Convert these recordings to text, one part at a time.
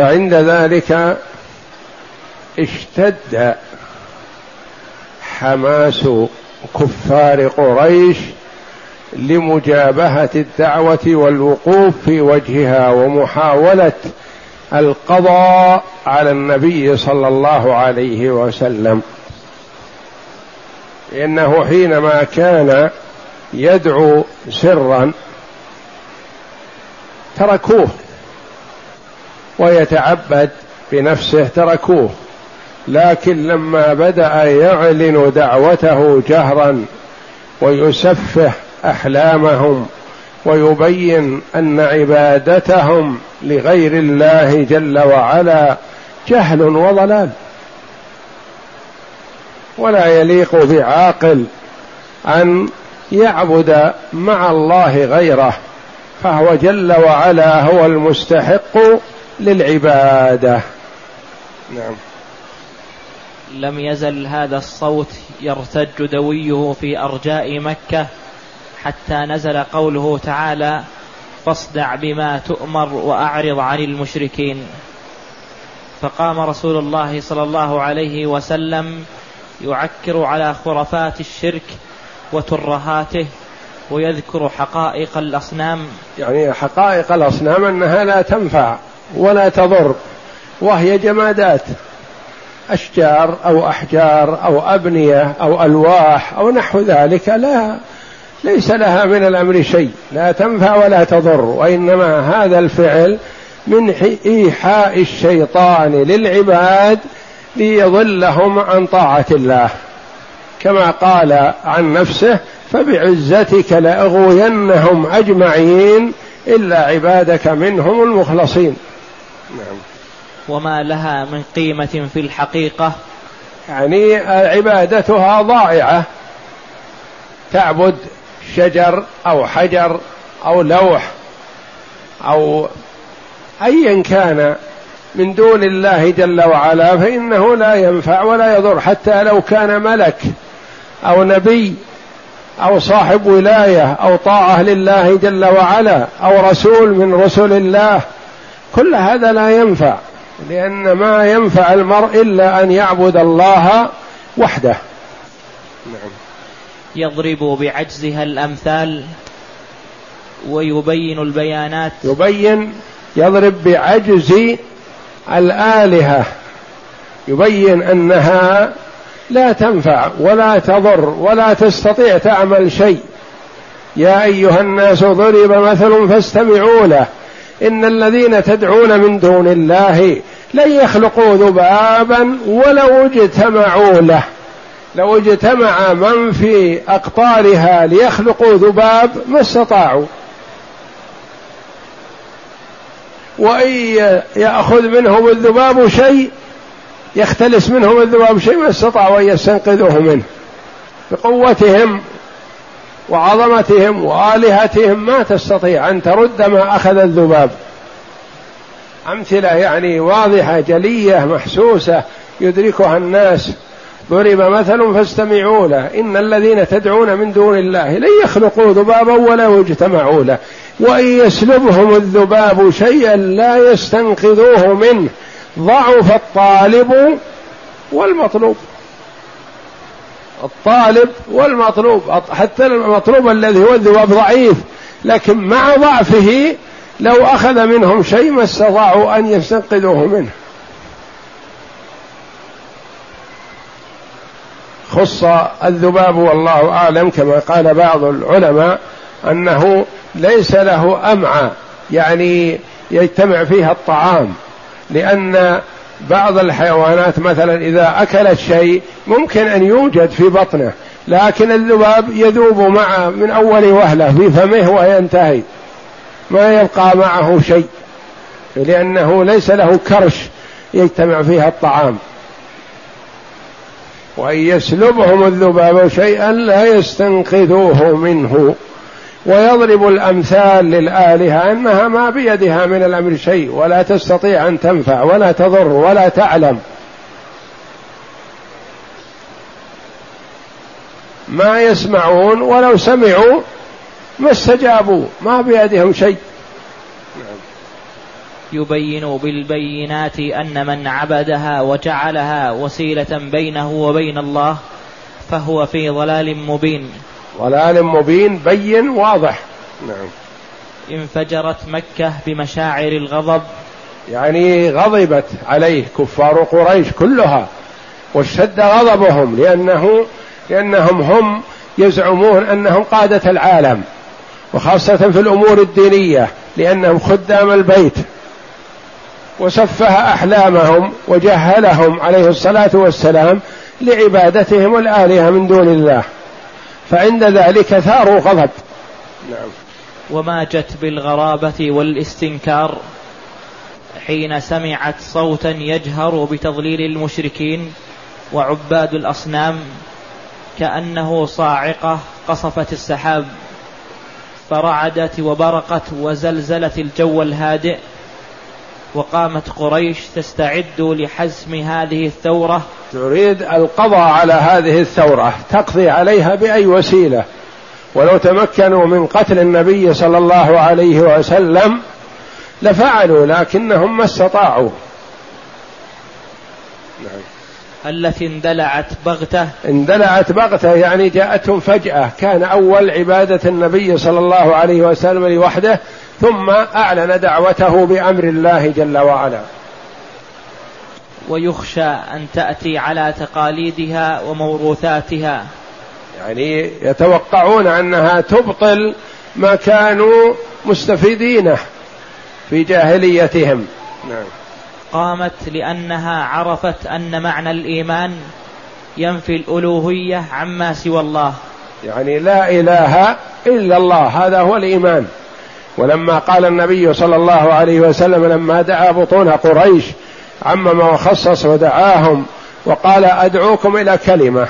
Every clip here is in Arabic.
فعند ذلك اشتد حماس كفار قريش لمجابهة الدعوة والوقوف في وجهها ومحاولة القضاء على النبي صلى الله عليه وسلم، لأنه حينما كان يدعو سرا تركوه، ويتعبد بنفسه تركوه، لكن لما بدأ يعلن دعوته جهرا ويسفه أحلامهم ويبين أن عبادتهم لغير الله جل وعلا جهل وضلال، ولا يليق بعاقل أن يعبد مع الله غيره، فهو جل وعلا هو المستحق للعبادة. نعم. لم يزل هذا الصوت يرتج دويه في أرجاء مكة حتى نزل قوله تعالى: فاصدع بما تؤمر وأعرض عن المشركين. فقام رسول الله صلى الله عليه وسلم يعكر على خرافات الشرك وترهاته ويذكر حقائق الأصنام، يعني حقائق الأصنام أنها لا تنفع ولا تضر، وهي جمادات، أشجار أو أحجار أو أبنية أو ألواح أو نحو ذلك، ليس لها من الأمر شيء، لا تنفع ولا تضر، وإنما هذا الفعل من إيحاء الشيطان للعباد ليضلهم عن طاعة الله، كما قال عن نفسه: فبعزتك لأغوينهم أجمعين إلا عبادك منهم المخلصين. نعم. وما لها من قيمة في الحقيقة، يعني عبادتها ضائعة، تعبد شجر أو حجر أو لوح أو أيا كان من دون الله جل وعلا، فإنه لا ينفع ولا يضر، حتى لو كان ملك أو نبي أو صاحب ولاية أو طاعة لله جل وعلا أو رسول من رسل الله، كل هذا لا ينفع، لأن ما ينفع المرء إلا أن يعبد الله وحده. نعم. يضرب بعجزها الأمثال ويبين البيانات، يضرب بعجز الآلهة، يبين أنها لا تنفع ولا تضر ولا تستطيع تعمل شيء. يا أيها الناس ضرب مثل فاستمعوا له إن الذين تدعون من دون الله لن يخلقوا ذبابا ولو اجتمعوا له، لو اجتمع من في أقطارها ليخلقوا ذباب ما استطاعوا، وإن يأخذ منهم الذباب شيء، يختلس منهم الذباب شيء، ما استطاعوا أن يستنقذوه منه، بقوتهم وعظمتهم وآلهتهم ما تستطيع أن ترد ما أخذ الذباب. أمثلة يعني واضحة جلية محسوسة يدركها الناس. ضرب مثل فاستمعوا له إن الذين تدعون من دون الله لن يخلقوا ذبابا ولو اجتمعوا له وإن يسلبهم الذباب شيئا لا يستنقذوه منه ضعف الطالب والمطلوب. الطالب والمطلوب، حتى المطلوب الذي هو الذباب ضعيف، لكن مع ضعفه لو أخذ منهم شيء ما استطاعوا أن يستنقذوه منه. خص الذباب والله أعلم كما قال بعض العلماء أنه ليس له أمعاء يعني يجتمع فيها الطعام، لأن بعض الحيوانات مثلا إذا أكلت شيء ممكن أن يوجد في بطنه، لكن الذباب يذوب معه من أول وهلة في فمه وينتهي، ما يبقى معه شيء، لأنه ليس له كرش يجتمع فيها الطعام. وإن يسلبهم الذباب شيئا لا يستنقذوه منه. ويضرب الأمثال للآلهة أنها ما بيدها من الأمر شيء، ولا تستطيع أن تنفع ولا تضر ولا تعلم، ما يسمعون، ولو سمعوا ما استجابوا، ما بيدهم شيء. يبين بالبينات أن من عبدها وجعلها وسيلة بينه وبين الله فهو في ضلال مبين. ضلال مبين بين واضح. نعم. انفجرت مكة بمشاعر الغضب، يعني غضبت عليه كفار قريش كلها واشتد غضبهم لأنهم هم يزعمون أنهم قادة العالم، وخاصة في الأمور الدينية لأنهم خدام البيت، وسفه أحلامهم وجهلهم عليه الصلاة والسلام لعبادتهم الآلهة من دون الله، فعند ذلك ثاروا غضب. نعم. وما جت بالغرابة والاستنكار حين سمعت صوتا يجهر بتضليل المشركين وعباد الأصنام كأنه صاعقة قصفت السحاب فرعدت وبرقت وزلزلت الجو الهادئ، وقامت قريش تستعد لحزم هذه الثورة، تريد القضاء على هذه الثورة، تقضي عليها بأي وسيلة، ولو تمكنوا من قتل النبي صلى الله عليه وسلم لفعلوا، لكنهم ما استطاعوا. نعم. التي اندلعت بغتة يعني جاءتهم فجأة، كان أول عبادة النبي صلى الله عليه وسلم لوحده، ثم أعلن دعوته بأمر الله جل وعلا. ويخشى أن تأتي على تقاليدها وموروثاتها، يعني يتوقعون أنها تبطل ما كانوا مستفيدينه في جاهليتهم. نعم. قامت لأنها عرفت أن معنى الإيمان ينفي الألوهية عما سوى الله، يعني لا إله إلا الله، هذا هو الإيمان. ولما قال النبي صلى الله عليه وسلم لما دعا بطون قريش عمم وخصص ودعاهم وقال أدعوكم إلى كلمة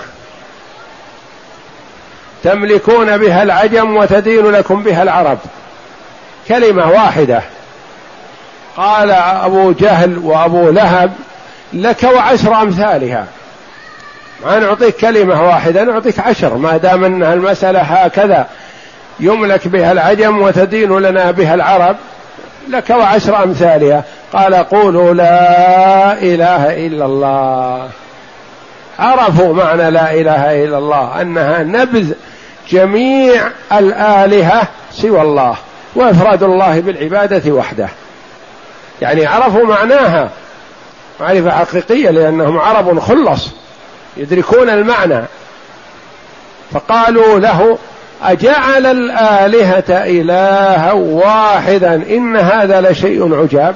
تملكون بها العجم وتدين لكم بها العرب، كلمة واحدة. قال أبو جهل وأبو لهب لك وعشر أمثالها، ما نعطيك كلمة واحدة نعطيك 10، ما دام أن المسألة هكذا يملك بها العجم وتدين لنا بها العرب، لك وعشر أمثالها. قال قولوا لا إله إلا الله. عرفوا معنى لا إله إلا الله، أنها نبذ جميع الآلهة سوى الله وإفراد الله بالعبادة وحده، يعني عرفوا معناها معرفة حقيقية لأنهم عرب خلص يدركون المعنى. فقالوا له أجعل الآلهة إلها واحدا إن هذا لشيء عجاب،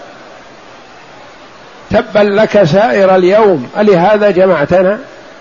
تبا لك سائر اليوم ألهذا جمعتنا؟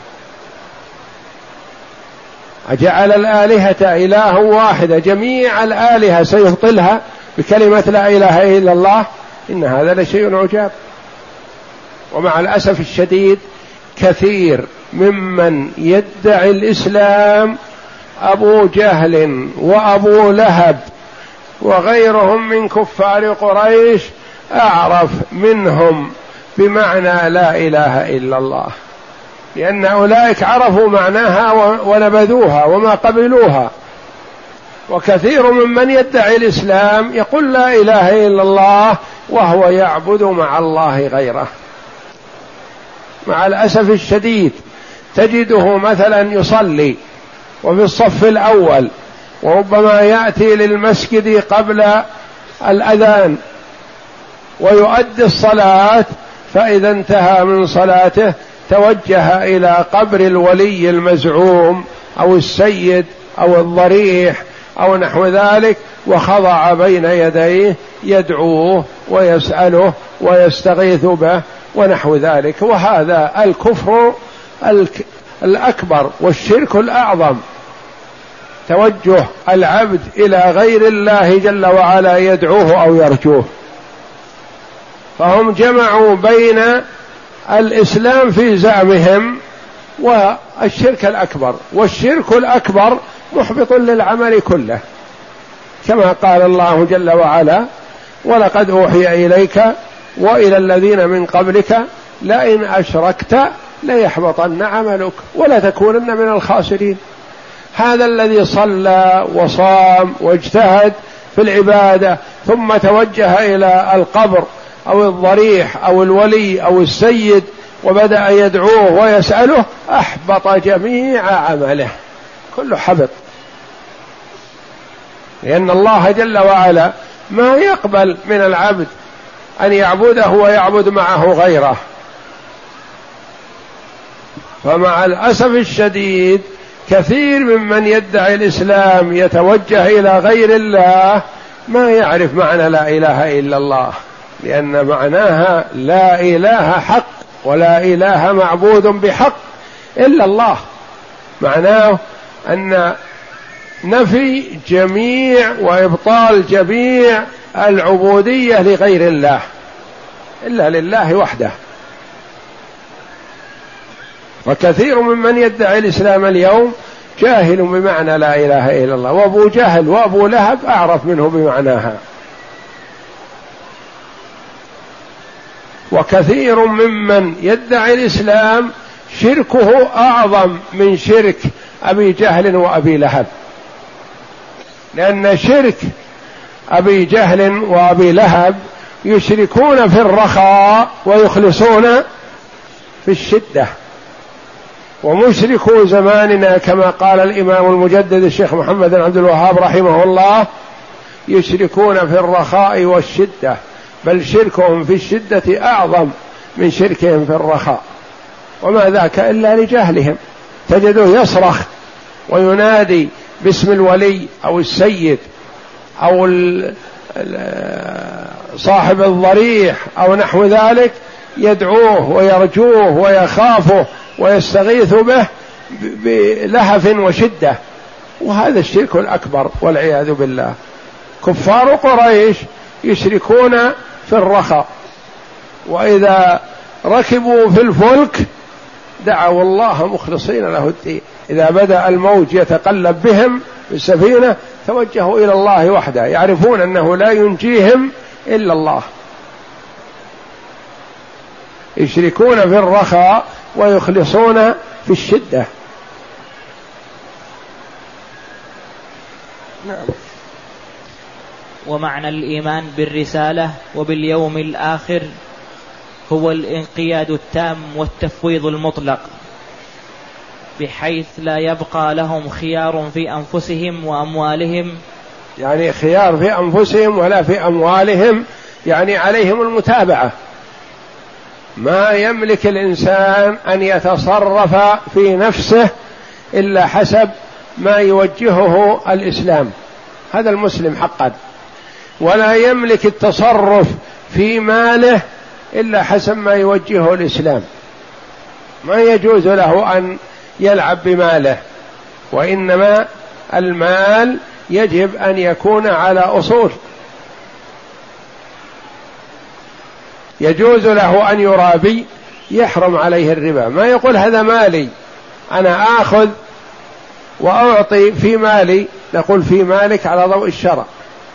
أجعل الآلهة إله واحدة، جميع الآلهة سيبطلها بكلمة لا إله إلا الله، إن هذا لشيء عجاب. ومع الأسف الشديد كثير ممن يدعي الإسلام أبو جهل وأبو لهب وغيرهم من كفار قريش أعرف منهم بمعنى لا إله إلا الله، لأن أولئك عرفوا معناها ونبذوها وما قبلوها. وكثير ممن يدعي الإسلام يقول لا إله إلا الله وهو يعبد مع الله غيره. مع الأسف الشديد تجده مثلا يصلي وفي الصف الأول، وربما يأتي للمسجد قبل الأذان ويؤدي الصلاة، فإذا انتهى من صلاته توجه إلى قبر الولي المزعوم أو السيد أو الضريح أو نحو ذلك، وخضع بين يديه يدعوه ويسأله ويستغيث به ونحو ذلك. وهذا الكفر الأكبر والشرك الأعظم، توجه العبد إلى غير الله جل وعلا يدعوه أو يرجوه. فهم جمعوا بين الإسلام في زعمهم والشرك الأكبر، والشرك الأكبر محبط للعمل كله، كما قال الله جل وعلا ولقد أوحي إليك وإلى الذين من قبلك لئن أشركت ليحبطن عملك ولتكونن من الخاسرين. هذا الذي صلى وصام واجتهد في العبادة ثم توجه إلى القبر أو الضريح أو الولي أو السيد وبدأ يدعوه ويسأله أحبط جميع عمله، كله حبط، لأن الله جل وعلا ما يقبل من العبد أن يعبده ويعبد معه غيره. فمع الأسف الشديد كثير ممن يدعي الإسلام يتوجه إلى غير الله ما يعرف معنى لا إله إلا الله، لأن معناها لا إله حق ولا إله معبود بحق إلا الله، معناه أن نفي جميع وإبطال جميع العبودية لغير الله إلا لله وحده. وكثير ممن يدعي الإسلام اليوم جاهل بمعنى لا إله إلا الله، وأبو جهل وأبو لهب أعرف منه بمعناها. وكثير ممن يدعي الإسلام شركه أعظم من شرك أبي جهل وأبي لهب، لأن شرك أبي جهل وأبي لهب يشركون في الرخاء ويخلصون في الشدة، ومشركو زماننا كما قال الإمام المجدد الشيخ محمد بن عبد الوهاب رحمه الله يشركون في الرخاء والشدة، بل شركهم في الشدة أعظم من شركهم في الرخاء، وما ذاك إلا لجهلهم. تجده يصرخ وينادي باسم الولي أو السيد أو صاحب الضريح أو نحو ذلك، يدعوه ويرجوه ويخافه ويستغيث به بلهف وشدة، وهذا الشرك الأكبر والعياذ بالله. كفار قريش يشركون في الرخاء، وإذا ركبوا في الفلك دعوا الله مخلصين له الدين، إذا بدأ الموج يتقلب بهم في السفينة توجهوا إلى الله وحده، يعرفون أنه لا ينجيهم إلا الله. يشركون في الرخاء ويخلصون في الشدة. نعم. ومعنى الإيمان بالرسالة وباليوم الآخر هو الانقياد التام والتفويض المطلق، بحيث لا يبقى لهم خيار في أنفسهم وأموالهم، يعني خيار في أنفسهم ولا في أموالهم، يعني عليهم المتابعة. ما يملك الإنسان أن يتصرف في نفسه إلا حسب ما يوجهه الإسلام، هذا المسلم حقا، ولا يملك التصرف في ماله إلا حسب ما يوجهه الإسلام. ما يجوز له أن يلعب بماله، وإنما المال يجب أن يكون على أصول. يجوز له أن يرابي، يحرم عليه الربا، ما يقول هذا مالي أنا آخذ وأعطي في مالي، نقول في مالك على ضوء الشرع،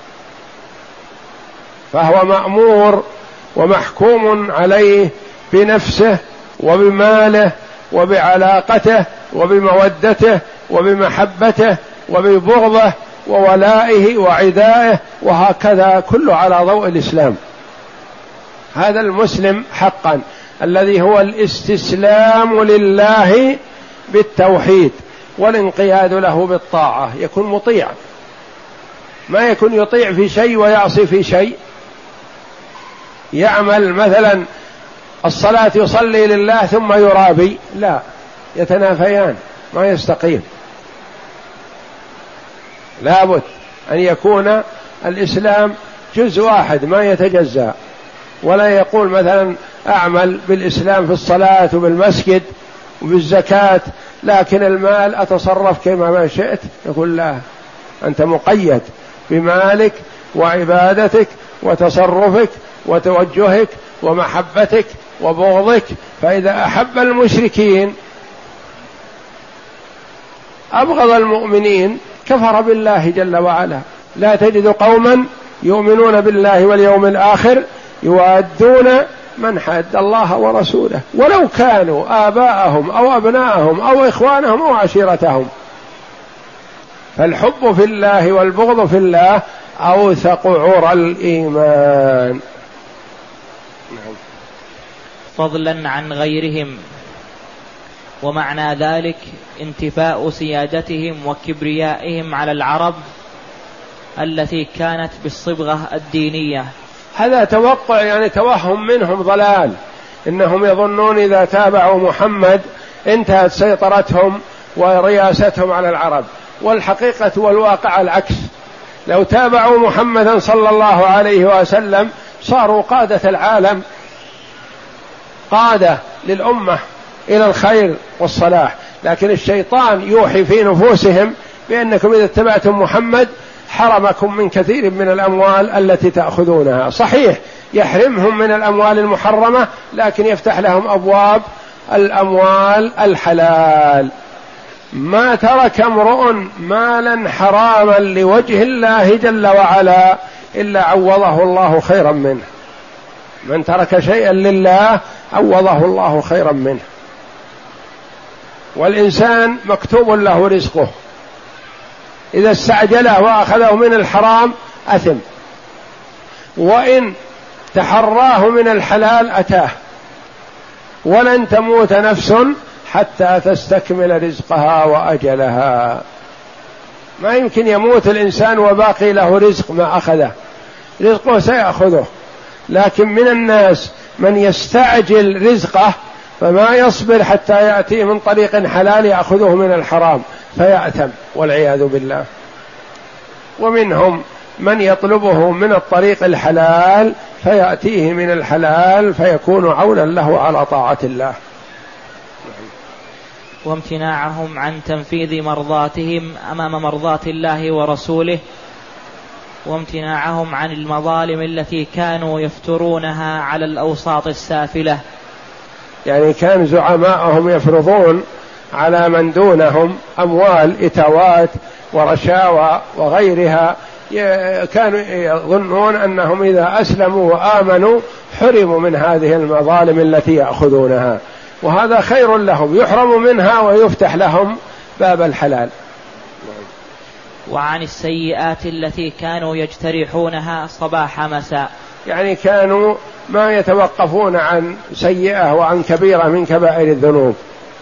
فهو مأمور ومحكوم عليه بنفسه وبماله وبعلاقته وبمودته وبمحبته وببغضه وولائه وعدائه، وهكذا كله على ضوء الإسلام. هذا المسلم حقا الذي هو الاستسلام لله بالتوحيد والانقياد له بالطاعة، يكون مطيع، ما يكون يطيع في شيء ويعصي في شيء. يعمل مثلا الصلاة يصلي لله ثم يرابي، لا، يتنافيان، ما يستقيم. لابد أن يكون الإسلام جزء واحد ما يتجزأ، ولا يقول مثلا أعمل بالإسلام في الصلاة وبالمسجد وبالزكاة لكن المال أتصرف كما ما شئت، يقول لا، أنت مقيد بمالك وعبادتك وتصرفك وتوجهك ومحبتك وبغضك. فإذا أحب المشركين أبغض المؤمنين كفر بالله جل وعلا. لا تجد قوما يؤمنون بالله واليوم الآخر يوادون من حاد الله ورسوله ولو كانوا آباءهم أو أبناءهم أو إخوانهم أو عشيرتهم. فالحب في الله والبغض في الله أوثق عرى الإيمان. فضلا عن غيرهم. ومعنى ذلك انتفاء سيادتهم وكبريائهم على العرب التي كانت بالصبغة الدينية. هذا توقع، يعني توهم منهم ضلال، إنهم يظنون إذا تابعوا محمد انتهت سيطرتهم ورياستهم على العرب، والحقيقة والواقع العكس. لو تابعوا محمدا صلى الله عليه وسلم صاروا قادة العالم، قادة للأمة إلى الخير والصلاح، لكن الشيطان يوحي في نفوسهم بأنكم إذا اتبعتم محمد حرمكم من كثير من الأموال التي تأخذونها. صحيح يحرمهم من الأموال المحرمة، لكن يفتح لهم أبواب الأموال الحلال. ما ترك امرؤ مالا حراما لوجه الله جل وعلا إلا عوضه الله خيرا منه. من ترك شيئا لله عوضه الله خيرا منه. والإنسان مكتوب له رزقه، إذا استعجله وأخذه من الحرام أثم، وإن تحراه من الحلال أتاه. ولن تموت نفس حتى تستكمل رزقها وأجلها. ما يمكن يموت الإنسان وباقي له رزق ما أخذه، رزقه سيأخذه. لكن من الناس من يستعجل رزقه فما يصبر حتى يأتي من طريق حلال يأخذه من الحرام فيأثم والعياذ بالله. ومنهم من يطلبه من الطريق الحلال فيأتيه من الحلال فيكون عونا له على طاعة الله. وامتناعهم عن تنفيذ مرضاتهم أمام مرضات الله ورسوله، وامتناعهم عن المظالم التي كانوا يفترونها على الأوساط السافلة. يعني كان زعماءهم يفرضون على من دونهم أموال إتاوات ورشاوى وغيرها، كانوا يظنون أنهم إذا أسلموا وآمنوا حرموا من هذه المظالم التي يأخذونها، وهذا خير لهم، يحرموا منها ويفتح لهم باب الحلال. وعن السيئات التي كانوا يجترحونها صباح مساء، يعني كانوا ما يتوقفون عن سيئة وعن كبيرة من كبائر الذنوب،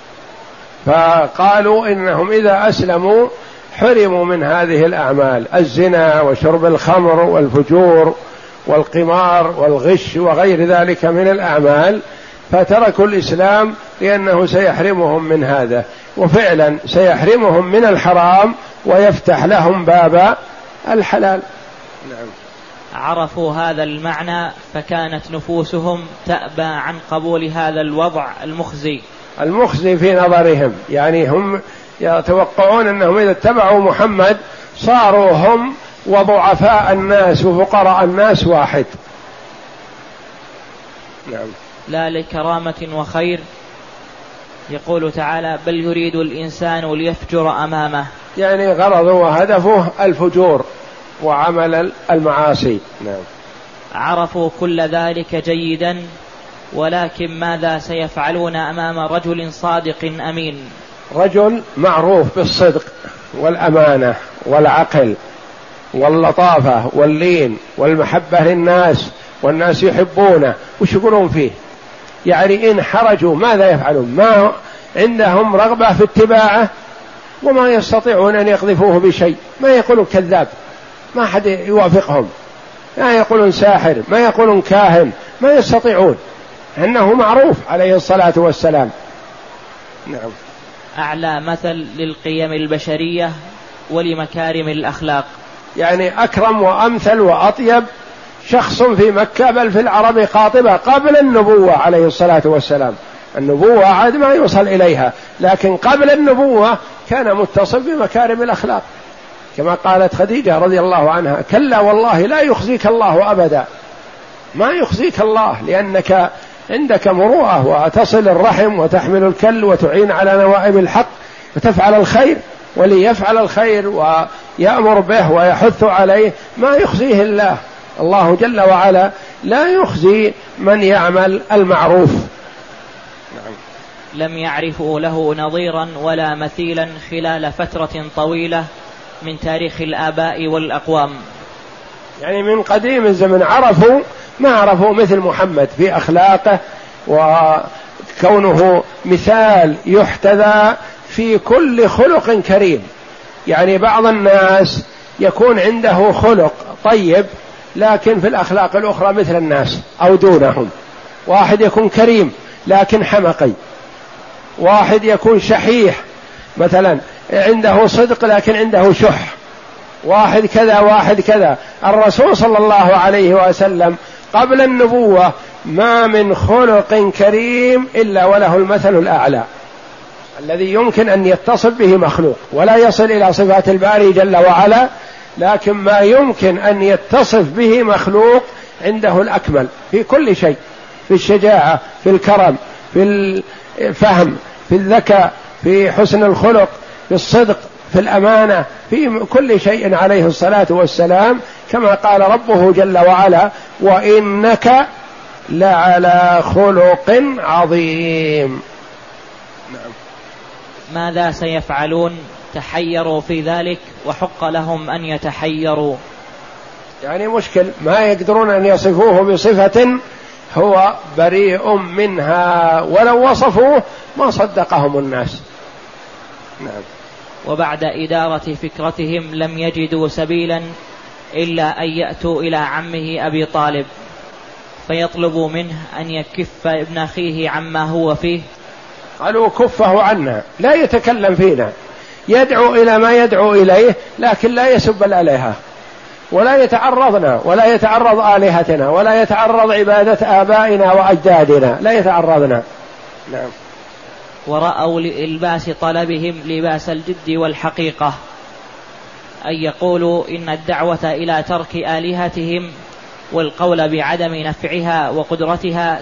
فقالوا إنهم إذا أسلموا حرموا من هذه الأعمال، الزنا وشرب الخمر والفجور والقمار والغش وغير ذلك من الأعمال، فتركوا الإسلام لأنه سيحرمهم من هذا، وفعلا سيحرمهم من الحرام ويفتح لهم باب الحلال. نعم. عرفوا هذا المعنى فكانت نفوسهم تأبى عن قبول هذا الوضع المخزي في نظرهم، يعني هم يتوقعون أنهم إذا اتبعوا محمد صاروا هم وضعفاء الناس وفقراء الناس واحد. نعم. لا لكرامة وخير. يقول تعالى: بل يريد الإنسان ليفجر أمامه، يعني غرضه وهدفه الفجور وعمل المعاصي. نعم. عرفوا كل ذلك جيدا، ولكن ماذا سيفعلون أمام رجل صادق أمين؟ رجل معروف بالصدق والأمانة والعقل واللطافة واللين والمحبة للناس، والناس يحبونه. وش يقولون فيه؟ يعني إن حرجوا ماذا يفعلون؟ ما عندهم رغبة في اتباعه، وما يستطيعون أن يقذفوه بشيء. ما يقولون كذاب، ما حد يوافقهم، ما يقولون ساحر، ما يقولون كاهن، ما يستطيعون، أنه معروف عليه الصلاة والسلام. نعم. أعلى مثل للقيم البشرية ولمكارم الأخلاق، يعني أكرم وأمثل وأطيب شخص في مكة بل في العرب قاطبة قبل النبوة عليه الصلاة والسلام. النبوة عاد ما يوصل إليها، لكن قبل النبوة كان متصف بمكارم الأخلاق، كما قالت خديجة رضي الله عنها: كلا والله لا يخزيك الله أبدا، ما يخزيك الله، لأنك عندك مروءة وتصل الرحم وتحمل الكل وتعين على نوائب الحق وتفعل الخير. وليفعل الخير ويأمر به ويحث عليه ما يخزيه الله. الله جل وعلا لا يخزي من يعمل المعروف. لم يعرفوا له نظيرا ولا مثيلا خلال فترة طويلة من تاريخ الآباء والأقوام، يعني من قديم الزمن عرفوا ما عرفوا مثل محمد في أخلاقه، وكونه مثال يحتذى في كل خلق كريم. يعني بعض الناس يكون عنده خلق طيب لكن في الأخلاق الأخرى مثل الناس أو دونهم. واحد يكون كريم لكن حمقي، واحد يكون شحيح مثلا عنده صدق لكن عنده شح، واحد كذا واحد كذا. الرسول صلى الله عليه وسلم قبل النبوة ما من خلق كريم إلا وله المثل الأعلى الذي يمكن أن يتصف به مخلوق، ولا يصل إلى صفات الباري جل وعلا، لكن ما يمكن أن يتصف به مخلوق عنده الأكمل في كل شيء، في الشجاعة، في الكرم، في الفهم، في الذكاء، في حسن الخلق، في الصدق، في الأمانة، في كل شيء عليه الصلاة والسلام، كما قال ربه جل وعلا: وإنك لعلى خلق عظيم. نعم. ماذا سيفعلون؟ تحيروا في ذلك وحق لهم أن يتحيروا. يعني مشكل ما يقدرون أن يصفوه بصفة هو بريء منها، ولو وصفوه ما صدقهم الناس. نعم. وبعد إدارة فكرتهم لم يجدوا سبيلا إلا أن يأتوا إلى عمه أبي طالب فيطلبوا منه أن يكف ابن أخيه عما هو فيه. قالوا: كفه عنا، لا يتكلم فينا، يدعو إلى ما يدعو إليه لكن لا يسب الآلهة، ولا يتعرضنا، ولا يتعرض آلهتنا، ولا يتعرض عبادة آبائنا وأجدادنا، لا يتعرضنا. نعم. ورأوا لإلباس طلبهم لباس الجد والحقيقة، أن يقولوا إن الدعوة إلى ترك آلهتهم والقول بعدم نفعها وقدرتها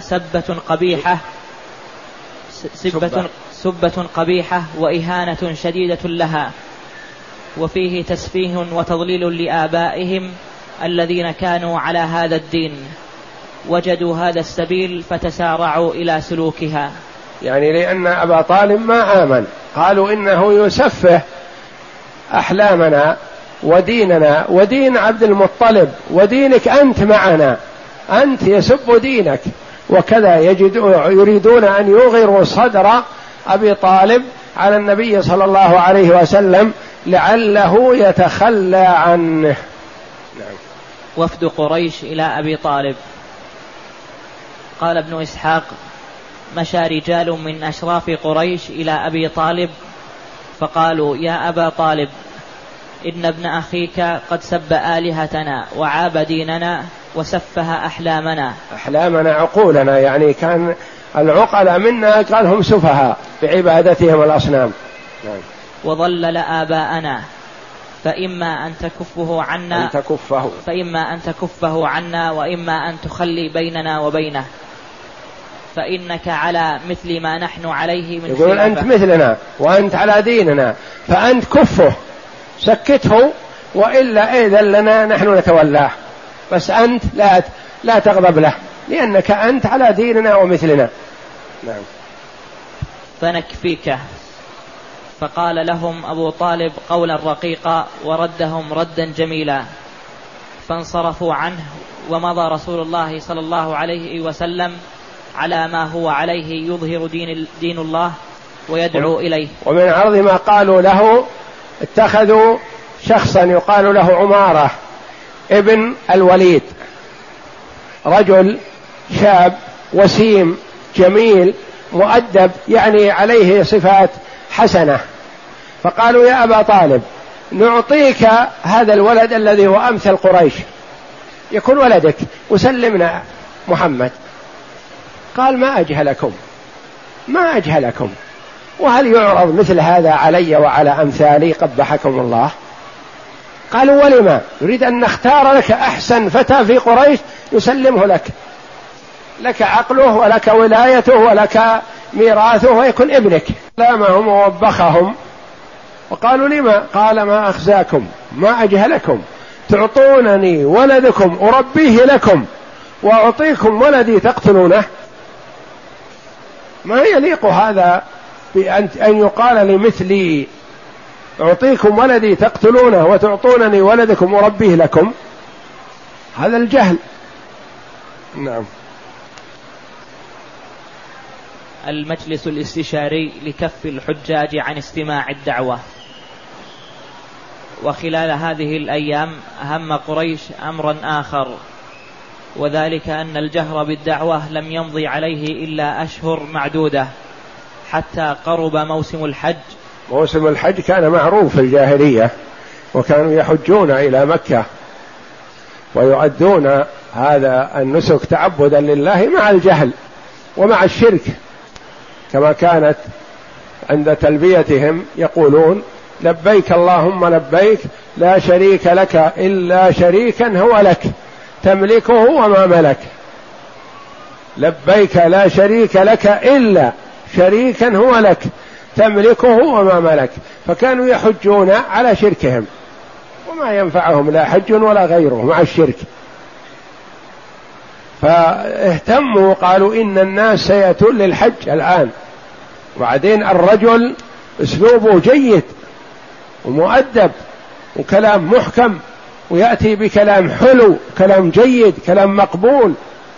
سبة قبيحة وإهانة شديدة لها، وفيه تسفيه وتضليل لآبائهم الذين كانوا على هذا الدين، وجدوا هذا السبيل فتسارعوا إلى سلوكها. يعني لأن أبا طالب ما آمن، قالوا إنه يسفه أحلامنا وديننا ودين عبد المطلب ودينك أنت معنا، أنت يسب دينك، وكذا يريدون أن يغيروا صدر أبي طالب على النبي صلى الله عليه وسلم لعله يتخلى عنه. نعم. وفد قريش إلى أبي طالب. قال ابن إسحاق: مشى رجال من أشراف قريش إلى أبي طالب فقالوا: يا أبا طالب، إن ابن أخيك قد سب آلهتنا وعاب ديننا وسفه أحلامنا. عقولنا، يعني كان العقلاء منا قال هم سفهاء بعبادتهم الأصنام. وضلل آباءنا، فإما أن تكفه عنا وإما أن تخلي بيننا وبينه، فإنك على مثل ما نحن عليه من يقول أنت مثلنا وأنت على ديننا، فأنت كفه سكته، وإلا إذن لنا نحن نتولاه، بس أنت لا تغضب له لأنك أنت على ديننا ومثلنا. نعم. فنكفيك. فقال لهم أبو طالب قولا رقيقا وردهم ردا جميلا، فانصرفوا عنه، ومضى رسول الله صلى الله عليه وسلم على ما هو عليه يظهر دين الله ويدعو إليه. ومن عرض ما قالوا له اتخذوا شخصا يقال له عمارة ابن الوليد، رجل شاب وسيم جميل مؤدب، يعني عليه صفات حسنة، فقالوا: يا أبا طالب، نعطيك هذا الولد الذي هو أمثل قريش، يكون ولدك، وسلمنا محمد. قال: ما أجهلكم، وهل يعرض مثل هذا علي وعلى أمثالي؟ قبحكم الله. قالوا: ولما؟ نريد أن نختار لك أحسن فتى في قريش نسلمه لك عقله ولك ولايته ولك ميراثه ويكون ابنك. لامهم ووبخهم وقالوا: لما؟ قال: ما أخزاكم، ما أجهلكم، تعطونني ولدكم أربيه لكم وأعطيكم ولدي تقتلونه؟ ما يليق هذا بأن يقال لمثلي: أعطيكم ولدي تقتلونه وتعطونني ولدكم أربيه لكم. هذا الجهل. نعم. المجلس الاستشاري لكف الحجاج عن استماع الدعوة. وخلال هذه الأيام هم قريش أمرا آخر، وذلك أن الجهر بالدعوة لم يمضي عليه إلا أشهر معدودة حتى قرب موسم الحج. موسم الحج كان معروف في الجاهلية، وكانوا يحجون إلى مكة ويؤدون هذا النسك تعبدا لله مع الجهل ومع الشرك، كما كانت عند تلبيتهم يقولون لبيك اللهم لبيك لا شريك لك إلا شريكا هو لك تملكه وما ملك. لبيك لا شريك لك إلا شريكا هو لك تملكه وما ملك. فكانوا يحجون على شركهم وما ينفعهم لا حج ولا غيره مع الشرك، فاهتموا قالوا إن الناس سيأتون للحج الآن، وبعدين الرجل أسلوبه جيد ومؤدب وكلام محكم ويأتي بكلام حلو كلام جيد كلام مقبول،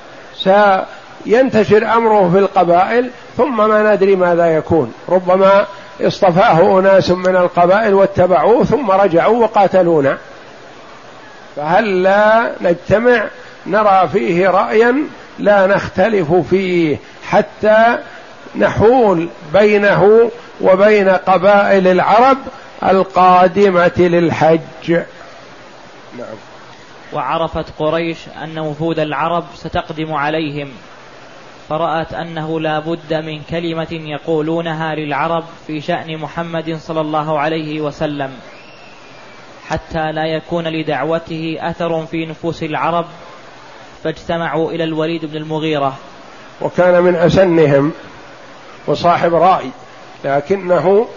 سينتشر أمره في القبائل ثم ما ندري ماذا يكون، ربما اصطفاه أناس من القبائل واتبعوه ثم رجعوا وقاتلونا، فهل لا نجتمع نرى فيه رأيا لا نختلف فيه حتى نحول بينه وبين قبائل العرب القادمة للحج. نعم. وعرفت قريش أن وفود العرب ستقدم عليهم، فرأت أنه لا بد من كلمة يقولونها للعرب في شأن محمد صلى الله عليه وسلم حتى لا يكون لدعوته أثر في نفوس العرب، فاجتمعوا إلى الوليد بن المغيرة، وكان من أسنهم وصاحب رأي لكنه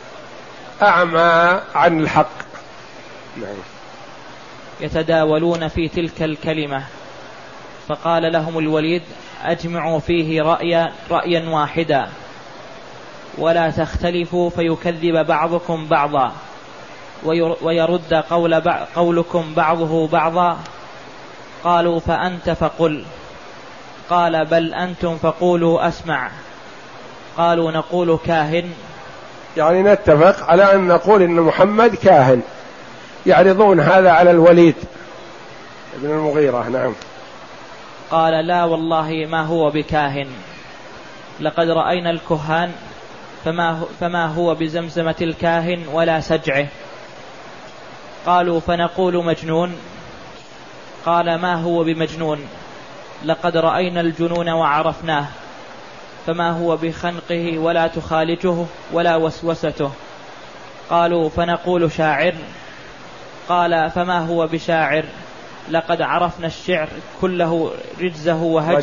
أعمى عن الحق. نعم. يتداولون في تلك الكلمة، فقال لهم الوليد أجمعوا فيه رأيا واحدا ولا تختلفوا فيكذب بعضكم بعضا ويرد قولكم بعضه بعضا. قالوا فأنت فقل. قال بل أنتم فقولوا أسمع. قالوا نقول كاهن، يعني نتفق على أن نقول إن محمد كاهن. يعرضون هذا على الوليد بن المغيرة. نعم. قال لا والله ما هو بكاهن، لقد رأينا الكهان فما هو بزمزمة الكاهن ولا سجعه. قالوا فنقول مجنون. قال ما هو بمجنون، لقد رأينا الجنون وعرفناه، فما هو بخنقه ولا تخالجه ولا وسوسته. قالوا فنقول شاعر. قال فما هو بشاعر، لقد عرفنا الشعر كله رجزه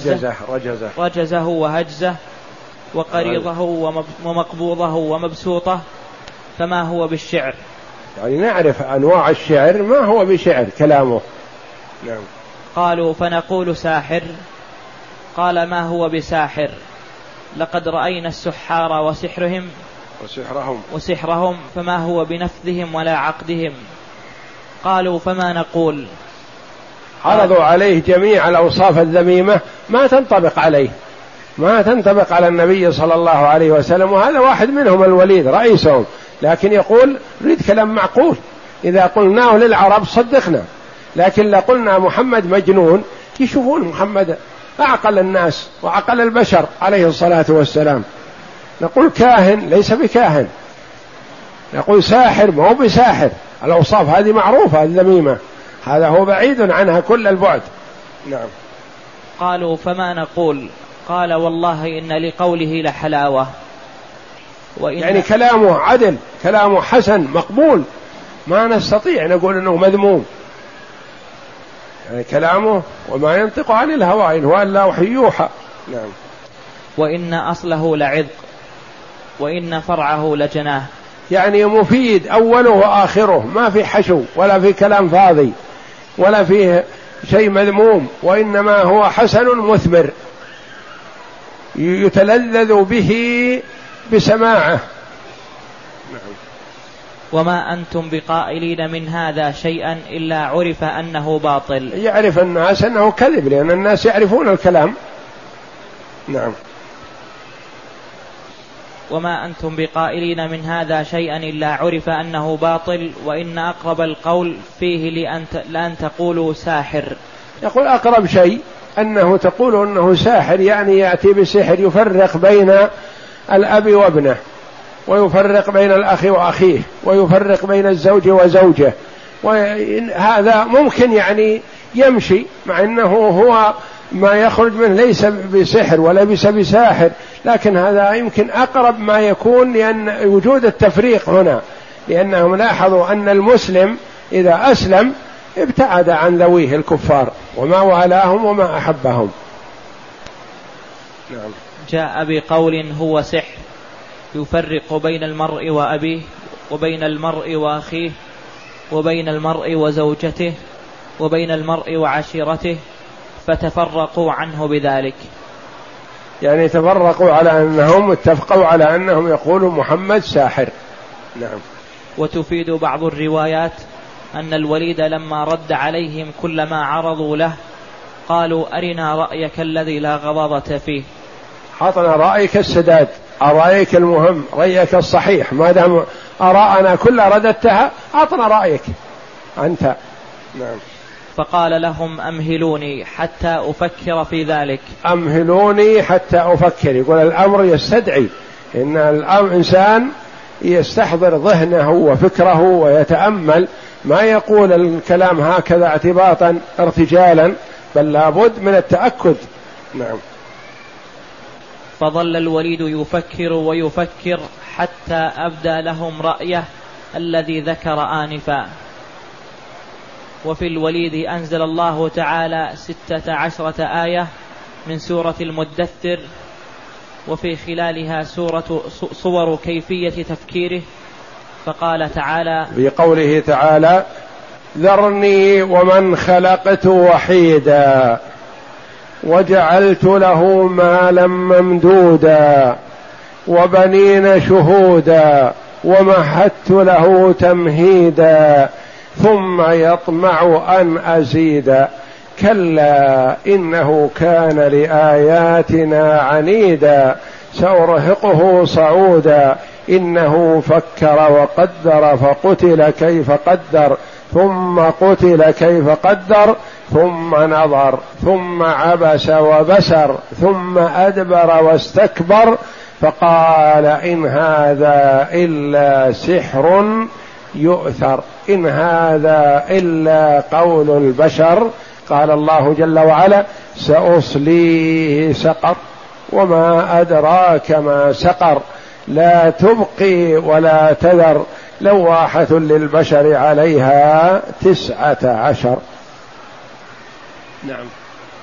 وهجزه وقريضه ومقبوضه ومبسوطه، فما هو بالشعر. يعني نعرف أنواع الشعر ما هو بشعر كلامه. نعم. قالوا فنقول ساحر. قال ما هو بساحر، لقد رأينا السحار وسحرهم فما هو بنفذهم ولا عقدهم. قالوا فما نقول. عرضوا عليه جميع الأوصاف الذميمة ما تنطبق عليه، ما تنطبق على النبي صلى الله عليه وسلم، وهذا واحد منهم الوليد رئيسهم، لكن يقول نريد كلام معقول، إذا قلناه للعرب صدقنا، لكن لا قلنا محمد مجنون يشوفون محمد أعقل الناس وعقل البشر عليه الصلاة والسلام. نقول كاهن ليس بكاهن، نقول ساحر ما هو بساحر، الأوصاف هذه معروفة الذميمة، هذا هو بعيد عنها كل البعد. نعم. قالوا فما نقول. قال والله إن لقوله لحلاوة، يعني كلامه عدل، كلامه حسن مقبول، ما نستطيع نقول أنه مذموم، يعني كلامه وما ينطق عن الهوى إن هو إلا وحي يوحى. نعم. وإن أصله لعذق وإن فرعه لجناه، يعني مفيد أوله وآخره، ما في حشو ولا في كلام فاضي ولا فيه شيء مذموم، وإنما هو حسن مثمر يتلذذ به بسماعه. وما أنتم بقائلين من هذا شيئا إلا عرف أنه باطل. يعرف الناس أنه كذب، لأن الناس يعرفون الكلام. نعم. وما أنتم بقائلين من هذا شيئا إلا عرف أنه باطل. يعني كلامه عدل، كلامه حسن مقبول، ما نستطيع نقول أنه مذموم، يعني كلامه وما ينطق عن الهوى إن هو إلا وحي يوحى. نعم. وما أنتم بقائلين من هذا شيئا إلا عرف أنه باطل، وإن أقرب القول فيه لأن تقولوا ساحر. يقول أقرب شيء أنه تقول أنه ساحر، يعني يأتي بسحر يفرق بين الأب وابنه، ويفرق بين الأخ وأخيه، ويفرق بين الزوج وزوجه، وهذا ممكن يعني يمشي، مع أنه هو ما يخرج منه ليس بسحر ولا بساحر، لكن هذا يمكن أقرب ما يكون، لأن وجود التفريق هنا، لأنهم لاحظوا أن المسلم إذا أسلم ابتعد عن ذويه الكفار وما والاهم وما أحبهم. نعم. جاء بقول هو سحر يفرق بين المرء وأبيه، وبين المرء وأخيه، وبين المرء وزوجته، وبين المرء وعشيرته، فتفرقوا عنه بذلك. يعني تفرقوا على أنهم اتفقوا على أنهم يقولوا محمد ساحر. نعم. وتفيد بعض الروايات أن الوليد لما رد عليهم كل ما عرضوا له قالوا أرنا رأيك الذي لا غضاضة فيه. أعطنا رأيك السداد، رأيك المهم، رأيك الصحيح، ما دام آراءنا كلها رددتها أعطنا رأيك أنت. نعم. فقال لهم أمهلوني حتى أفكر في ذلك. أمهلوني حتى أفكر، يقول الأمر يستدعي إن الإنسان يستحضر ذهنه وفكره ويتأمل، ما يقول الكلام هكذا اعتباطا ارتجالا، بل لابد من التأكد. نعم. فظل الوليد يفكر ويفكر حتى أبدى لهم رأيه الذي ذكر آنفا. وفي الوليد أنزل الله تعالى 16 آية من سورة المدثر، وفي خلالها صور كيفية تفكيره. فقال تعالى بقوله تعالى ذرني ومن خلقت وحيدا وجعلت له مالا ممدودا وبنين شهودا ومهدت له تمهيدا ثم يطمع أن أزيد كلا إنه كان لآياتنا عنيدا سأرهقه صعودا إنه فكر وقدر فقتل كيف قدر ثم قتل كيف قدر ثم نظر ثم عبس وبسر ثم أدبر واستكبر فقال إن هذا إلا سحر يؤثر إن هذا إلا قول البشر. قال الله جل وعلا سأصليه سقر وما أدراك ما سقر لا تبقي ولا تذر لواحة للبشر عليها 19. نعم.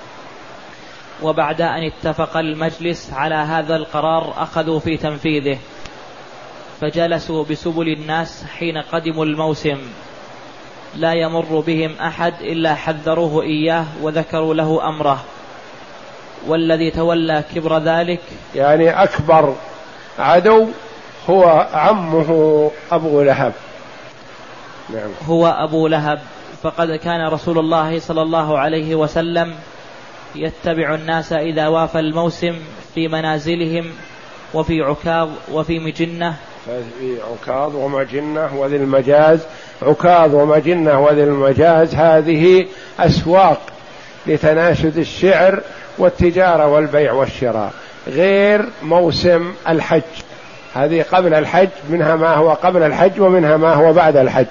وبعد أن اتفق المجلس على هذا القرار أخذوا في تنفيذه، فجلسوا بسبل الناس حين قدموا الموسم، لا يمر بهم أحد إلا حذروه إياه وذكروا له أمره. والذي تولى كبر ذلك يعني أكبر عدو هو عمه أبو لهب. نعم. هو أبو لهب. فقد كان رسول الله صلى الله عليه وسلم يتبع الناس إذا وافى الموسم في منازلهم وفي عكاظ وفي مجنة. في عكاظ ومجنة وذي المجاز. عكاظ ومجنة وذي المجاز هذه أسواق لتناشد الشعر والتجارة والبيع والشراء، غير موسم الحج، هذه قبل الحج، منها ما هو قبل الحج ومنها ما هو بعد الحج.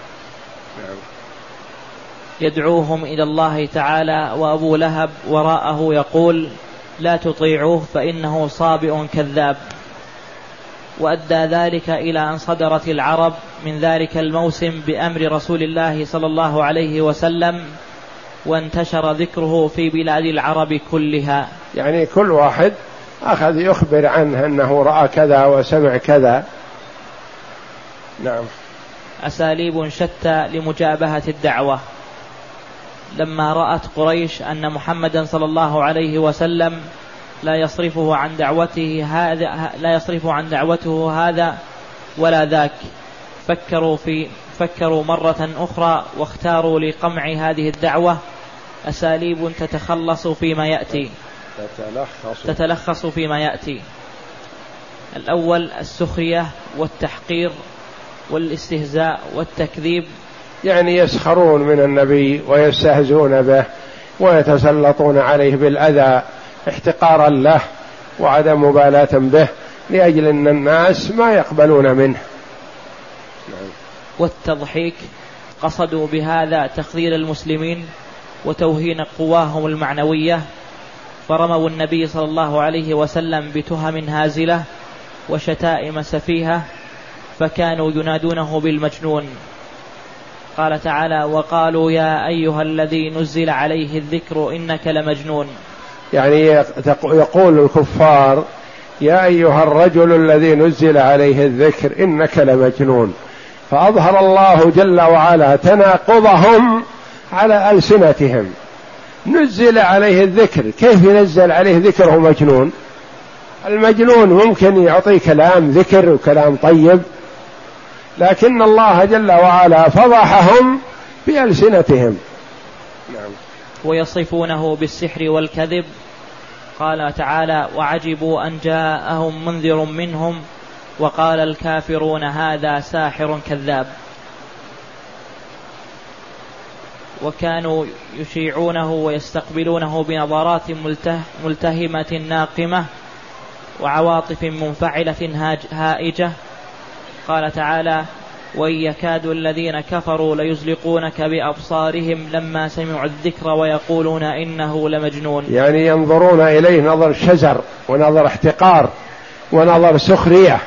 يدعوهم إلى الله تعالى وأبو لهب وراءه يقول لا تطيعوه فإنه صابئ كذاب. وأدى ذلك إلى أن صدرت العرب من ذلك الموسم بأمر رسول الله صلى الله عليه وسلم، وانتشر ذكره في بلاد العرب كلها. يعني كل واحد أخذ يخبر عنه أنه رأى كذا وسمع كذا. نعم. أساليب شتى لمجابهة الدعوة. لما رأت قريش أن محمدا صلى الله عليه وسلم لا يصرفه عن دعوته هذا ولا ذاك، فكروا مرة أخرى واختاروا لقمع هذه الدعوة أساليب تتلخص فيما يأتي. الأول السخرية والتحقير والاستهزاء والتكذيب، يعني يسخرون من النبي ويستهزئون به ويتسلطون عليه بالأذى احتقارا له وعدم مبالاة به لأجل أن الناس ما يقبلون منه. والتضحيك، قصدوا بهذا تخذيل المسلمين وتوهين قواهم المعنوية، فرموا النبي صلى الله عليه وسلم بتهم هازلة وشتائم سفيهة، فكانوا ينادونه بالمجنون. قال تعالى: وقالوا يا أيها الذي نزل عليه الذكر إنك لمجنون. يعني يقول الكفار: يا أيها الرجل الذي نزل عليه الذكر إنك لمجنون. فأظهر الله جل وعلا تناقضهم على ألسنتهم. نزل عليه الذكر، كيف ينزل عليه ذكره مجنون؟ المجنون ممكن يعطي كلام ذكر وكلام طيب، لكن الله جل وعلا فضحهم بألسنتهم. نعم. ويصفونه بالسحر والكذب. قال تعالى: وعجبوا أن جاءهم منذر منهم وقال الكافرون هذا ساحر كذاب. وكانوا يشيعونه ويستقبلونه بنظرات ملتهمة ناقمة وعواطف منفعلة هائجة. قال تعالى: وإن يكاد الذين كفروا ليزلقونك بأبصارهم لما سمعوا الذكر ويقولون إنه لمجنون. يعني ينظرون إليه نظر شزر ونظر احتقار ونظر سخرية،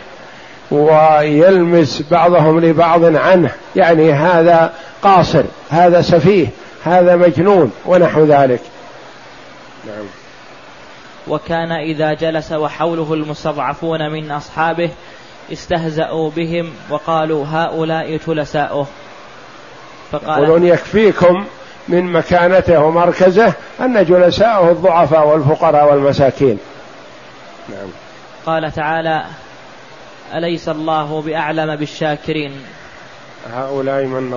ويلمس بعضهم لبعض عنه، يعني هذا قاصر، هذا سفيه، هذا مجنون ونحو ذلك. نعم. وكان إذا جلس وحوله المستضعفون من أصحابه استهزأوا بهم وقالوا هؤلاء جلساؤه. يقولون يكفيكم من مكانته ومركزه أن جلساؤه الضعفاء والفقراء والمساكين. نعم. قال تعالى: أليس الله بأعلم بالشاكرين. هؤلاء من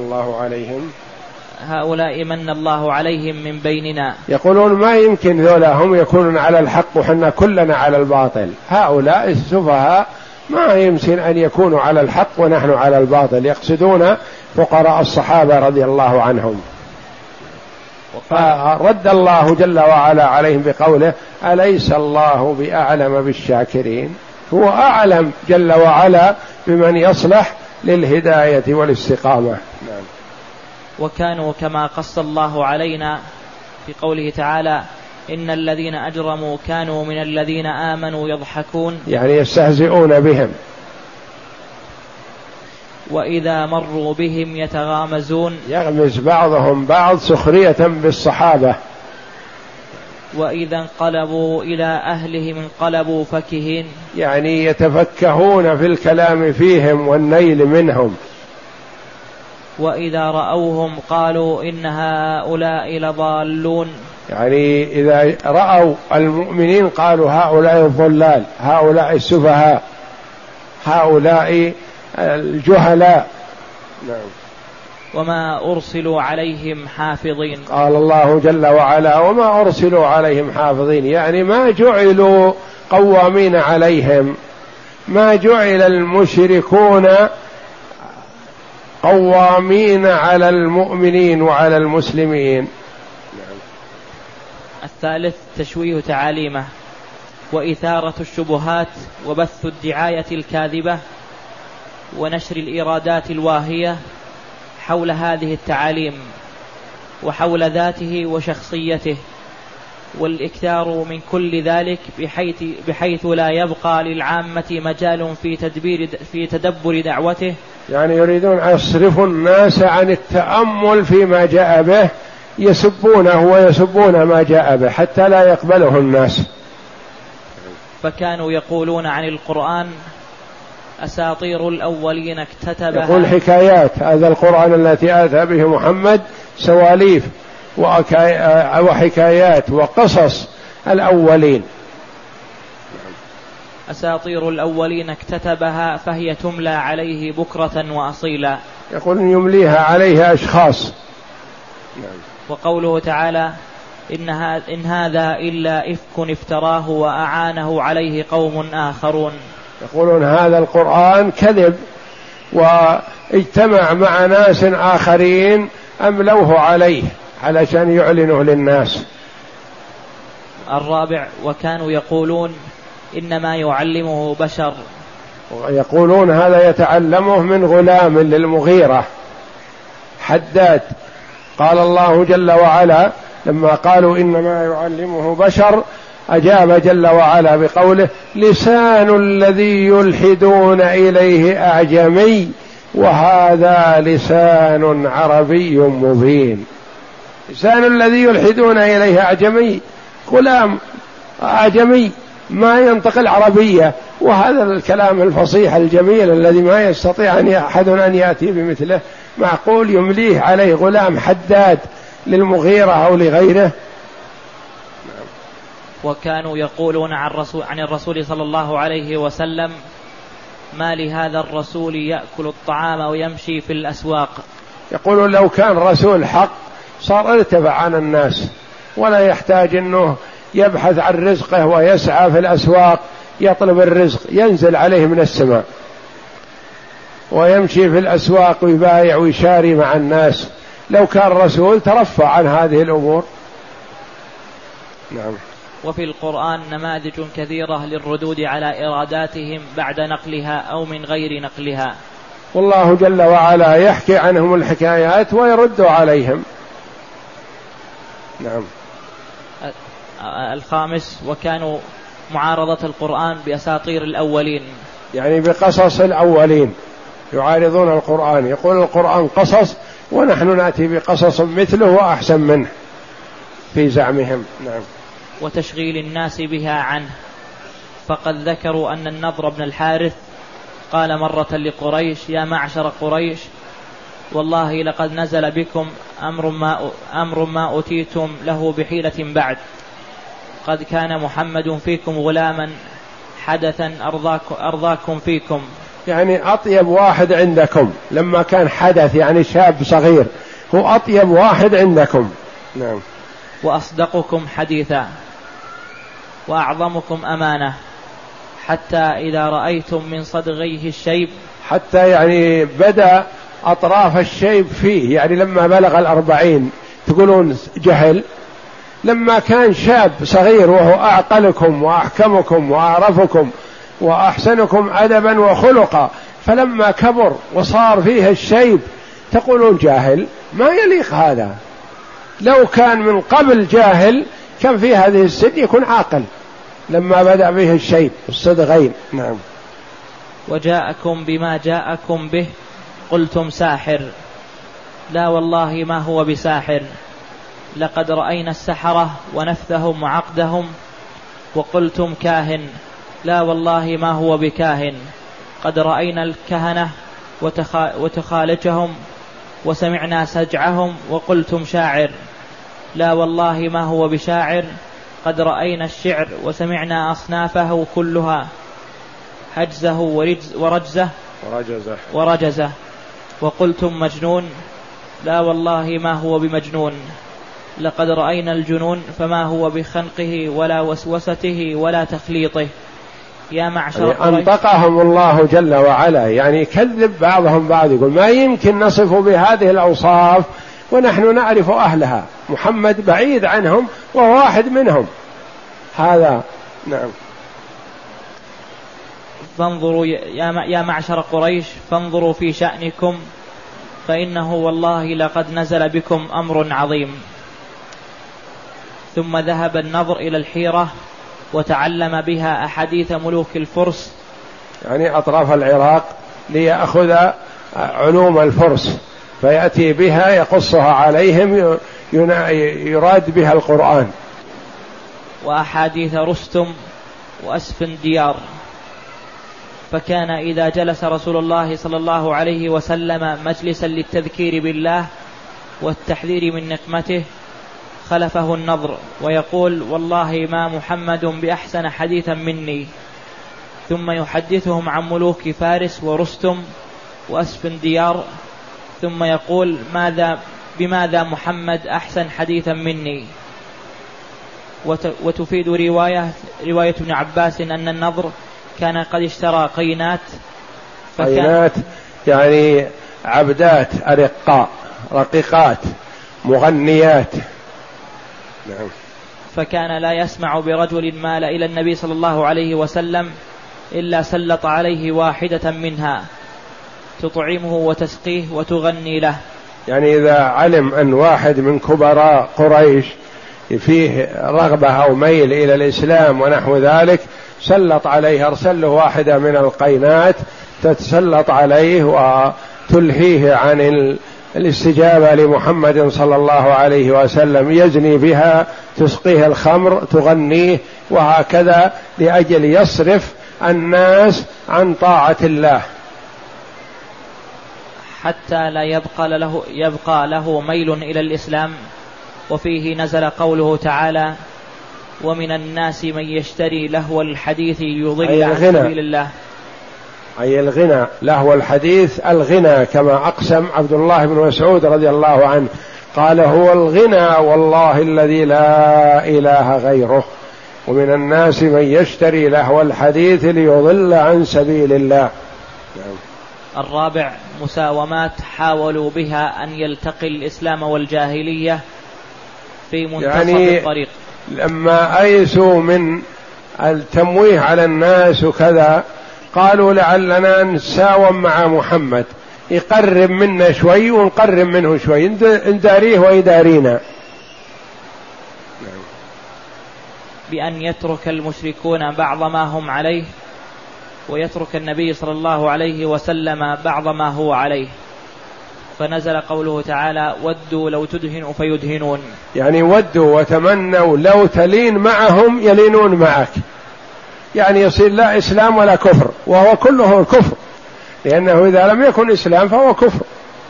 الله عليهم من بيننا. يقولون ما يمكن ذولا هم يكونون على الحق وحنا كلنا على الباطل، هؤلاء السفهاء ما يمكن أن يكونوا على الحق ونحن على الباطل، يقصدون فقراء الصحابة رضي الله عنهم. فرد الله جل وعلا عليهم بقوله: أليس الله بأعلم بالشاكرين. هو أعلم جل وعلا بمن يصلح للهداية والاستقامة. نعم. وكانوا كما قص الله علينا في قوله تعالى: إن الذين أجرموا كانوا من الذين آمنوا يضحكون، يعني يستهزئون بهم. وإذا مروا بهم يتغامزون، يغمز بعضهم بعض سخرية بالصحابة. وإذا انقلبوا إلى أهلهم انقلبوا فكهين، يعني يتفكهون في الكلام فيهم والنيل منهم. وإذا رأوهم قالوا إن هؤلاء لضالون، يعني إذا رأوا المؤمنين قالوا هؤلاء الضلال، هؤلاء السفهاء، هؤلاء الجهلاء. نعم. وما أرسلوا عليهم حافظين. قال الله جل وعلا: وما أرسلوا عليهم حافظين، يعني ما جعلوا قوامين عليهم، ما جعل المشركون قوامين على المؤمنين وعلى المسلمين. الثالث تشويه تعاليمه وإثارة الشبهات وبث الدعاية الكاذبة ونشر الإيرادات الواهية حول هذه التعاليم وحول ذاته وشخصيته، والإكثار من كل ذلك بحيث لا يبقى للعامة مجال في تدبر دعوته. يعني يريدون أن يصرفوا الناس عن التأمل فيما جاء به، يسبونه ويسبون ما جاء به حتى لا يقبله الناس. فكانوا يقولون عن القرآن أساطير الأولين اكتتبها، يقول حكايات، هذا القرآن التي آتى به محمد سواليف وحكايات وقصص الأولين. أساطير الأولين اكتتبها فهي تملى عليه بكرة وأصيلا، يقول يمليها عليه أشخاص. وقوله تعالى: إن هذا إلا إفك افتراه وأعانه عليه قوم آخرون. يقولون هذا القرآن كذب، واجتمع مع ناس آخرين أملوه عليه علشان يعلنوا للناس. الرابع: وكانوا يقولون إنما يعلمه بشر، ويقولون هذا يتعلمه من غلام للمغيرة حداد. قال الله جل وعلا لما قالوا إنما يعلمه بشر أجاب جل وعلا بقوله: لسان الذي يلحدون إليه أعجمي وهذا لسان عربي مبين. لسان الذي يلحدون إليه أعجمي، غلام أعجمي ما ينطق العربية، وهذا الكلام الفصيح الجميل الذي ما يستطيع أحد أن يأتي بمثله، معقول يمليه عليه غلام حداد للمغيرة أو لغيره؟ وكانوا يقولون عن الرسول صلى الله عليه وسلم: ما لهذا الرسول يأكل الطعام ويمشي في الأسواق. يقولون لو كان رسول حق صار ارتفع عن الناس، ولا يحتاج أنه يبحث عن رزقه ويسعى في الأسواق يطلب الرزق، ينزل عليه من السماء ويمشي في الأسواق ويبايع ويشاري مع الناس. لو كان رسول ترفع عن هذه الأمور. نعم. وفي القرآن نماذج كثيرة للردود على إراداتهم بعد نقلها أو من غير نقلها، والله جل وعلا يحكي عنهم الحكايات ويرد عليهم. نعم. الخامس: وكانوا معارضة القرآن بأساطير الأولين، يعني بقصص الأولين، يعارضون القرآن، يقول القرآن قصص ونحن نأتي بقصص مثله وأحسن منه في زعمهم. نعم. وتشغيل الناس بها عنه، فقد ذكروا أن النضر بن الحارث قال مرة لقريش: يا معشر قريش، والله لقد نزل بكم أمر ما أتيتم له بحيلة بعد، قد كان محمد فيكم غلاما حدثا أرضاكم فيكم. يعني أطيب واحد عندكم، لما كان حدث يعني شاب صغير، هو أطيب واحد عندكم. نعم. وأصدقكم حديثا وأعظمكم أمانة، حتى إذا رأيتم من صدغيه الشيب، حتى يعني بدأ أطراف الشيب فيه، يعني لما بلغ 40 تقولون جهل، لما كان شاب صغير وهو أعقلكم وأحكمكم وأعرفكم وأحسنكم أدبا وخلقا، فلما كبر وصار فيه الشيب تقولون جاهل، ما يليق هذا. لو كان من قبل جاهل كان في هذه السن يكون عاقل لما بدأ به الشيب الصدغين. نعم. وجاءكم بما جاءكم به قلتم ساحر، لا والله ما هو بساحر، لقد رأينا السحرة ونفثهم وعقدهم، وقلتم كاهن، لا والله ما هو بكاهن، قد رأينا الكهنة وتخالجهم وسمعنا سجعهم، وقلتم شاعر، لا والله ما هو بشاعر، قد رأينا الشعر وسمعنا أصنافه كلها، هجزه ورجزه، وقلتم مجنون، لا والله ما هو بمجنون، لقد رأينا الجنون فما هو بخنقه ولا وسوسته ولا تخليطه. يا معشر يعني أنطقهم الله جل وعلا، يعني يكذب بعضهم بعض، يقول ما يمكن نصف بهذه الأوصاف ونحن نعرف أهلها، محمد بعيد عنهم وهو واحد منهم هذا. نعم. فانظروا يا معشر قريش، فانظروا في شأنكم، فإنه والله لقد نزل بكم أمر عظيم. ثم ذهب النضر إلى الحيرة وتعلم بها أحاديث ملوك الفرس، يعني أطراف العراق، ليأخذ علوم الفرس فيأتي بها يقصها عليهم، يراد بها القرآن. وأحاديث رستم وأسفنديار. فكان إذا جلس رسول الله صلى الله عليه وسلم مجلسا للتذكير بالله والتحذير من نقمته خلفه النضر ويقول: والله ما محمد بأحسن حديثا مني، ثم يحدثهم عن ملوك فارس ورستم وأسفنديار، ثم يقول: بماذا محمد أحسن حديثا مني. وتفيد رواية ابن عباس أن النضر كان قد اشترى قينات، قينات يعني عبدات أرقاء رقيقات مغنيات. نعم. فكان لا يسمع برجل مال إلى النبي صلى الله عليه وسلم إلا سلط عليه واحدة منها تطعمه وتسقيه وتغني له. يعني إذا علم أن واحد من كبراء قريش فيه رغبة أو ميل إلى الإسلام ونحو ذلك سلط عليه، أرسل له واحدة من القينات تتسلط عليه وتلهيه عن الاستجابة لمحمد صلى الله عليه وسلم، يزني بها، تسقيه الخمر، تغنيه، وهكذا لأجل يصرف الناس عن طاعة الله حتى لا يبقى له ميل إلى الإسلام. وفيه نزل قوله تعالى: ومن الناس من يشتري لهو الحديث ليضل عن سبيل الله. أي الغنى، لهو الحديث الغنى، كما أقسم عبد الله بن مسعود رضي الله عنه قال: هو الغنى والله الذي لا إله غيره، ومن الناس من يشتري لهو الحديث ليضل عن سبيل الله. الرابع: مساومات حاولوا بها أن يلتقي الإسلام والجاهلية في منتصف الطريق. لما أيسوا من التمويه على الناس وكذا قالوا لعلنا نساوم مع محمد، يقرب منا شوي ونقرب منه شوي، نداريه ويدارينا. بأن يترك المشركون بعض ما هم عليه ويترك النبي صلى الله عليه وسلم بعض ما هو عليه، فنزل قوله تعالى: ودوا لو تدهن فيدهنون. يعني ودوا وتمنوا لو تلين معهم يلينون معك، يعني يصير لا إسلام ولا كفر، وهو كله كفر، لأنه إذا لم يكن إسلام فهو كفر.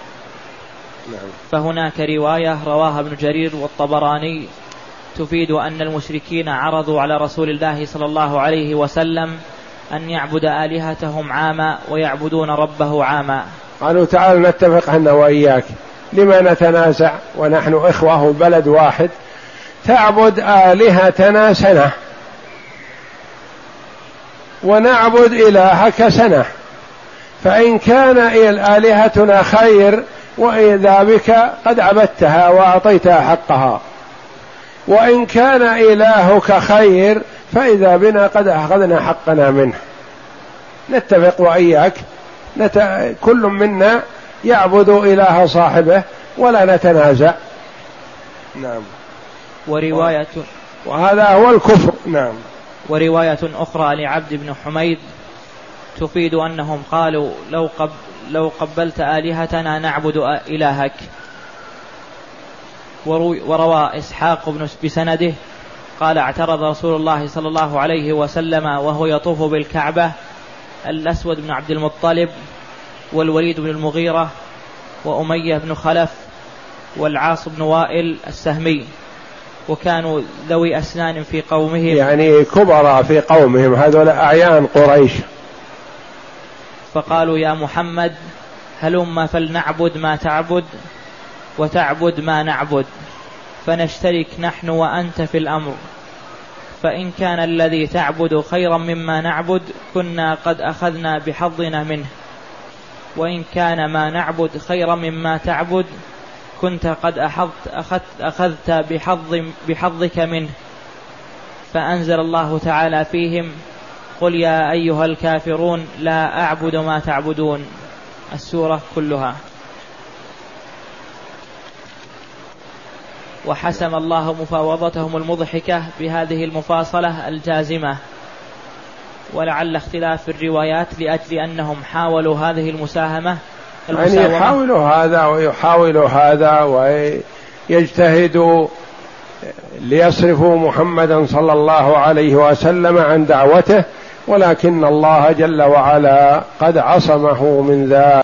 فهناك رواية رواها ابن جرير والطبراني تفيد أن المشركين عرضوا على رسول الله صلى الله عليه وسلم أن يعبد آلهتهم عاما ويعبدون ربه عاما. قالوا: تعال نتفق عنا وإياك، لما نتنازع ونحن إخوة بلد واحد، تعبد آلهتنا سنة ونعبد إلهك سنة، فإن كان آلهتنا خير وإذا بك قد عبدتها وأعطيتها حقها، وإن كان إلهك خير فإذا بنا قد أخذنا حقنا منه، نتفق وإياك، كل منا يعبد إله صاحبه ولا نتنازع. نعم. وهذا هو الكفر. نعم. ورواية أخرى لعبد بن حميد تفيد أنهم قالوا: لو قبلت آلهتنا نعبد إلهك. وروى إسحاق بسنده قال: اعترض رسول الله صلى الله عليه وسلم وهو يطوف بالكعبة الأسود بن عبد المطلب والوليد بن المغيرة وأمية بن خلف والعاص بن وائل السهمي، وكانوا ذوي أسنان في قومهم، يعني كبراء في قومهم، هذول أعيان قريش. فقالوا: يا محمد هلم فلنعبد ما تعبد وتعبد ما نعبد، فنشترك نحن وأنت في الأمر، فإن كان الذي تعبد خيرا مما نعبد كنا قد أخذنا بحظنا منه، وإن كان ما نعبد خيرا مما تعبد كنت قد أخذت بحظك منه. فأنزل الله تعالى فيهم: قل يا أيها الكافرون لا أعبد ما تعبدون، السورة كلها. وحسم الله مفاوضتهم المضحكة بهذه المفاصلة الجازمة، ولعل اختلاف الروايات لأجل أنهم حاولوا هذه المساومة، يعني يحاولوا هذا ويحاولوا هذا ويجتهدوا ليصرفوا محمدا صلى الله عليه وسلم عن دعوته، ولكن الله جل وعلا قد عصمه من ذلك.